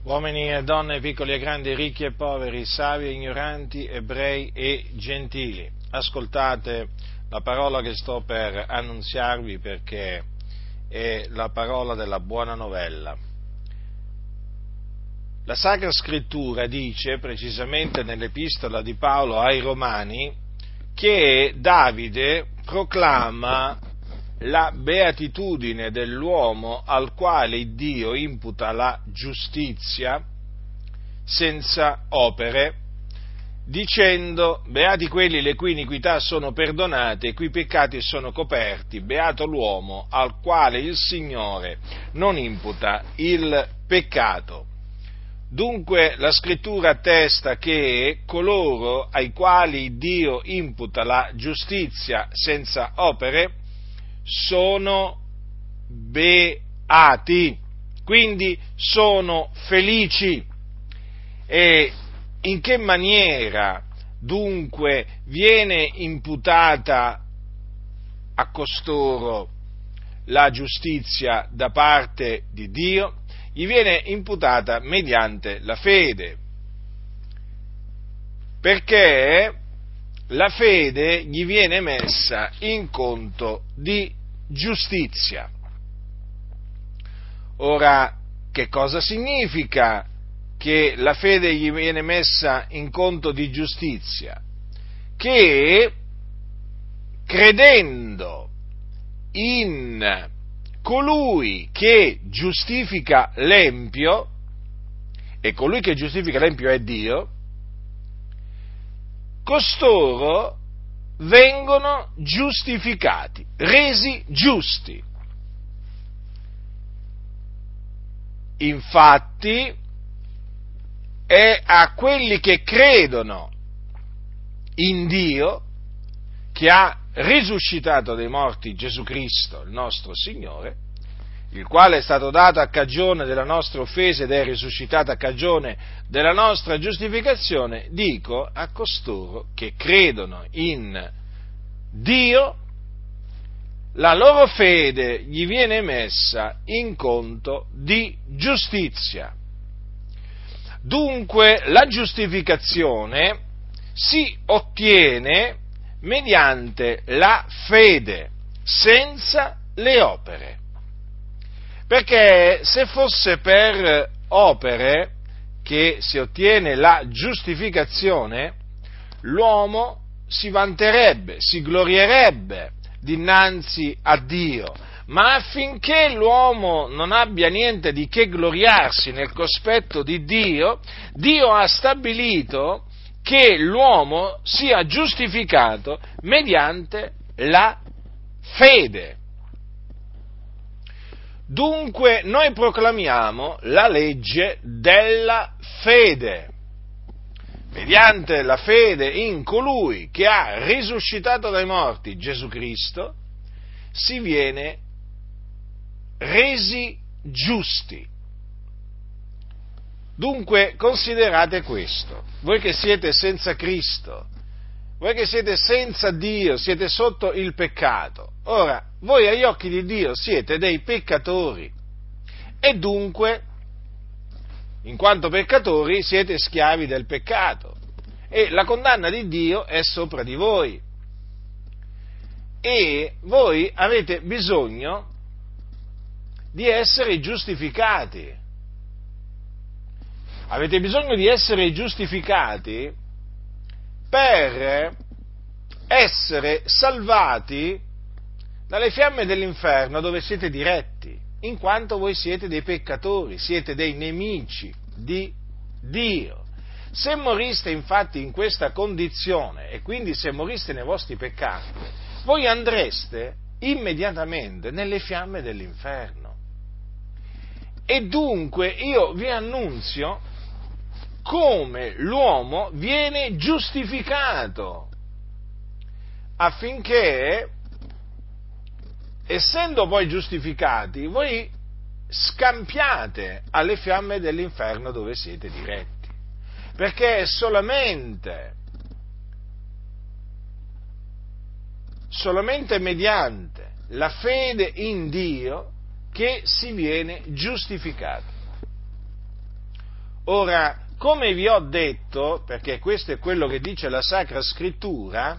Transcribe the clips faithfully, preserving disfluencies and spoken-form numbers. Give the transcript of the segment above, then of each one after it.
Uomini e donne, piccoli e grandi, ricchi e poveri, savi e ignoranti, ebrei e gentili, ascoltate la parola che sto per annunziarvi perché è la parola della buona novella. La Sacra Scrittura dice, precisamente nell'Epistola di Paolo ai Romani, che Davide proclama la beatitudine dell'uomo al quale Dio imputa la giustizia senza opere, dicendo: beati quelli le cui iniquità sono perdonate e i cui peccati sono coperti, beato l'uomo al quale il Signore non imputa il peccato. Dunque la Scrittura attesta che coloro ai quali Dio imputa la giustizia senza opere sono beati, quindi sono felici. E in che maniera dunque viene imputata a costoro la giustizia da parte di Dio? Gli viene imputata mediante la fede, perché la fede gli viene messa in conto di giustizia. Ora, che cosa significa che la fede gli viene messa in conto di giustizia? Che credendo in colui che giustifica l'empio, e colui che giustifica l'empio è Dio, costoro vengono giustificati, resi giusti. Infatti è a quelli che credono in Dio, che ha risuscitato dai morti Gesù Cristo, il nostro Signore, il quale è stato dato a cagione della nostra offesa ed è risuscitato a cagione della nostra giustificazione, dico a costoro che credono in Dio, la loro fede gli viene messa in conto di giustizia. Dunque la giustificazione si ottiene mediante la fede, senza le opere. Perché se fosse per opere che si ottiene la giustificazione, l'uomo si vanterebbe, si glorierebbe dinanzi a Dio, ma affinché l'uomo non abbia niente di che gloriarsi nel cospetto di Dio, Dio ha stabilito che l'uomo sia giustificato mediante la fede. Dunque noi proclamiamo la legge della fede. Mediante la fede in colui che ha risuscitato dai morti Gesù Cristo, si viene resi giusti. Dunque considerate questo, voi che siete senza Cristo, voi che siete senza Dio, siete sotto il peccato. Ora, voi agli occhi di Dio siete dei peccatori e dunque, in quanto peccatori, siete schiavi del peccato e la condanna di Dio è sopra di voi. E voi avete bisogno di essere giustificati. Avete bisogno di essere giustificati per essere salvati dalle fiamme dell'inferno dove siete diretti, in quanto voi siete dei peccatori, siete dei nemici di Dio. Se moriste infatti in questa condizione, e quindi se moriste nei vostri peccati, voi andreste immediatamente nelle fiamme dell'inferno. E dunque io vi annunzio come l'uomo viene giustificato, affinché, essendo poi giustificati, voi scampiate alle fiamme dell'inferno dove siete diretti. Perché è solamente, solamente mediante la fede in Dio che si viene giustificati. Ora, come vi ho detto, perché questo è quello che dice la Sacra Scrittura,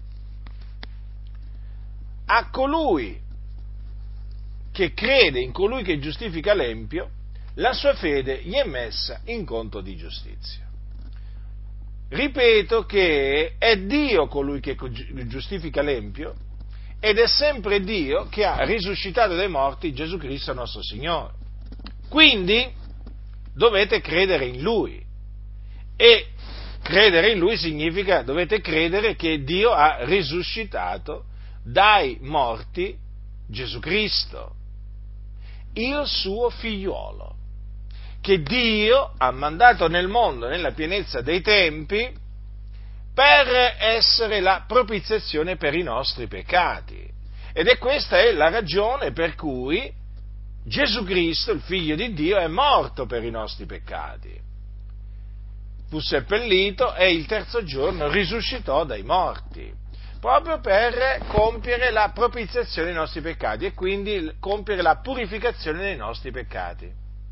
a colui che crede in colui che giustifica l'empio, la sua fede gli è messa in conto di giustizia. Ripeto che è Dio colui che giustifica l'empio ed è sempre Dio che ha risuscitato dai morti Gesù Cristo nostro Signore. Quindi dovete credere in Lui, e credere in Lui significa dovete credere che Dio ha risuscitato dai morti Gesù Cristo, il suo figliuolo, che Dio ha mandato nel mondo nella pienezza dei tempi per essere la propiziazione per i nostri peccati. Ed è questa è la ragione per cui Gesù Cristo, il Figlio di Dio, è morto per i nostri peccati. Fu seppellito e il terzo giorno risuscitò dai morti, proprio per compiere la propiziazione dei nostri peccati e quindi compiere la purificazione dei nostri peccati.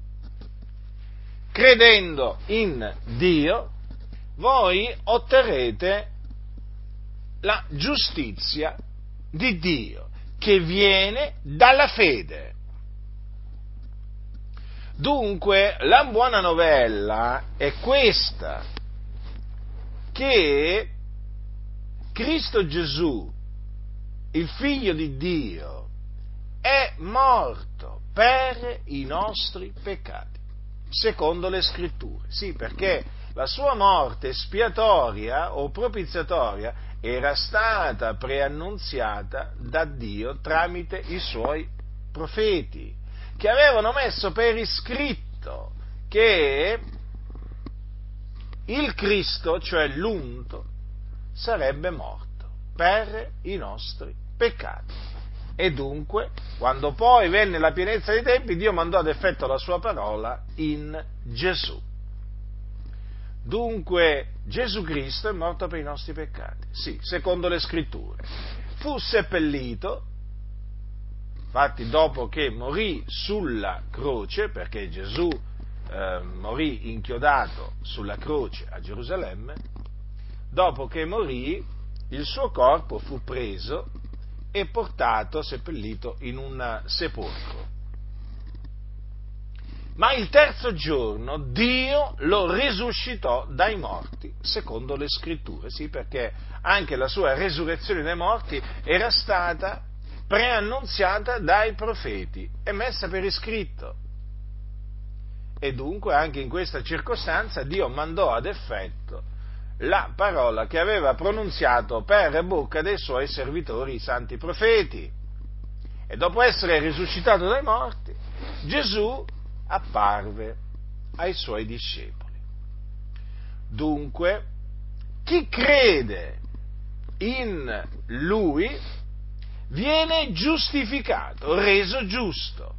Credendo in Dio, voi otterrete la giustizia di Dio, che viene dalla fede. Dunque, la buona novella è questa, che Cristo Gesù, il Figlio di Dio, è morto per i nostri peccati, secondo le Scritture. Sì, perché la sua morte espiatoria o propiziatoria era stata preannunziata da Dio tramite i suoi profeti, che avevano messo per iscritto che il Cristo, cioè l'unto, sarebbe morto per i nostri peccati. E dunque, quando poi venne la pienezza dei tempi, Dio mandò ad effetto la sua parola in Gesù. Dunque, Gesù Cristo è morto per i nostri peccati, sì, secondo le Scritture. Fu seppellito, infatti dopo che morì sulla croce, perché Gesù eh, morì inchiodato sulla croce a Gerusalemme, dopo che morì il suo corpo fu preso e portato, seppellito in un sepolcro. Ma il terzo giorno Dio lo risuscitò dai morti, secondo le Scritture, sì, perché anche la sua resurrezione dai morti era stata preannunziata dai profeti e messa per iscritto. E dunque anche in questa circostanza Dio mandò ad effetto la parola che aveva pronunziato per bocca dei suoi servitori, i santi profeti. E dopo essere risuscitato dai morti, Gesù apparve ai suoi discepoli. Dunque, chi crede in Lui viene giustificato, reso giusto.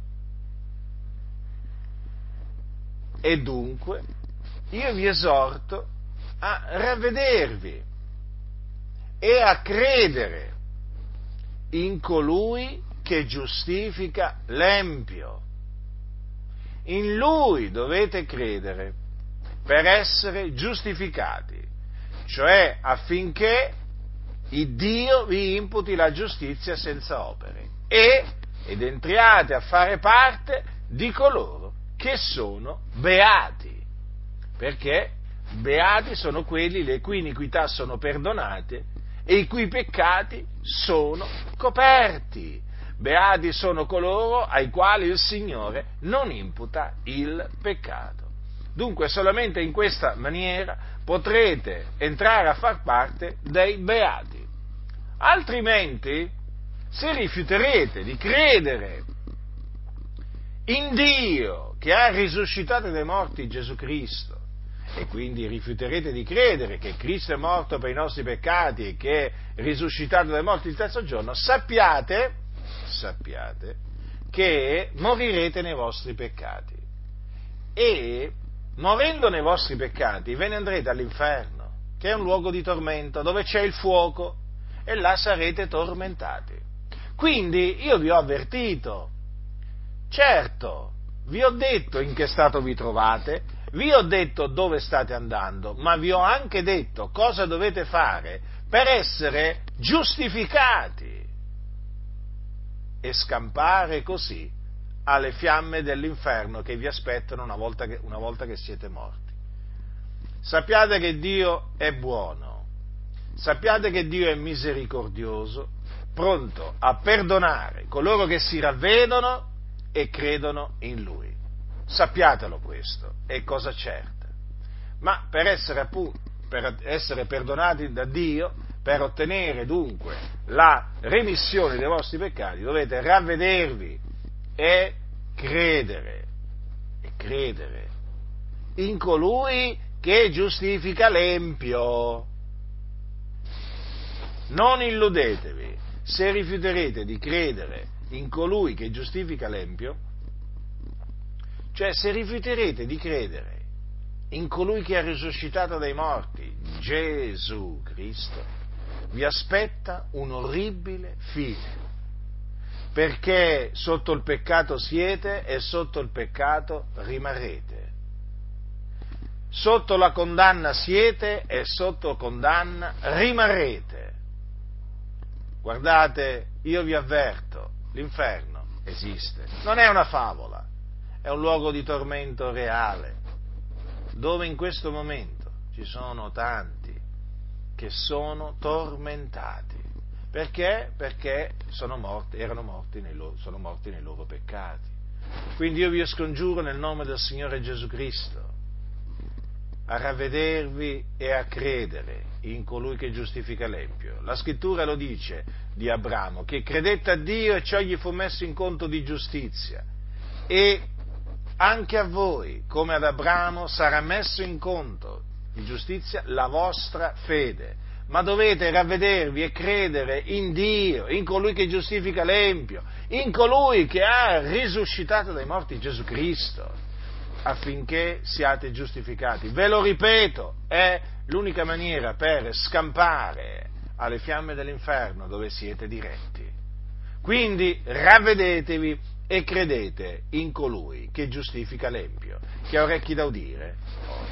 E dunque, io vi esorto a ravvedervi e a credere in colui che giustifica l'empio. In Lui dovete credere per essere giustificati, cioè affinché il Dio vi imputi la giustizia senza opere e, ed entriate a fare parte di coloro che sono beati, perché beati sono quelli le cui iniquità sono perdonate e i cui peccati sono coperti. Beati sono coloro ai quali il Signore non imputa il peccato. Dunque solamente in questa maniera potrete entrare a far parte dei beati. Altrimenti, se rifiuterete di credere in Dio che ha risuscitato dai morti Gesù Cristo, e quindi rifiuterete di credere che Cristo è morto per i nostri peccati e che è risuscitato dai morti il terzo giorno, sappiate sappiate che morirete nei vostri peccati e morendo nei vostri peccati ve ne andrete all'inferno, che è un luogo di tormento dove c'è il fuoco e là sarete tormentati. Quindi io vi ho avvertito, certo, vi ho detto in che stato vi trovate, Vi ho detto dove state andando, ma vi ho anche detto cosa dovete fare per essere giustificati e scampare così alle fiamme dell'inferno che vi aspettano una volta che, una volta che siete morti. Sappiate che Dio è buono, sappiate che Dio è misericordioso, pronto a perdonare coloro che si ravvedono e credono in Lui. Sappiatelo questo, è cosa certa. Ma per essere, appunto, per essere perdonati da Dio, per ottenere dunque la remissione dei vostri peccati, dovete ravvedervi e credere, e credere in colui che giustifica l'empio. Non illudetevi, se rifiuterete di credere in colui che giustifica l'empio, cioè se rifiuterete di credere in colui che ha risuscitato dai morti, Gesù Cristo, vi aspetta un orribile fine, perché sotto il peccato siete e sotto il peccato rimarrete. Sotto la condanna siete e sotto condanna rimarrete. Guardate, io vi avverto, l'inferno esiste, non è una favola, è un luogo di tormento reale, dove in questo momento ci sono tanti che sono tormentati. Perché? Perché sono morti, erano morti nei loro, sono morti nei loro peccati. Quindi io vi scongiuro nel nome del Signore Gesù Cristo a ravvedervi e a credere in colui che giustifica l'empio. La scrittura lo dice di Abramo, che credette a Dio e ciò gli fu messo in conto di giustizia. E anche a voi, come ad Abramo, sarà messo in conto di giustizia la vostra fede. Ma dovete ravvedervi e credere in Dio, in colui che giustifica l'empio, in colui che ha risuscitato dai morti Gesù Cristo, affinché siate giustificati. Ve lo ripeto, è l'unica maniera per scampare alle fiamme dell'inferno dove siete diretti. Quindi ravvedetevi e credete in colui che giustifica l'empio. Chi ha orecchi da udire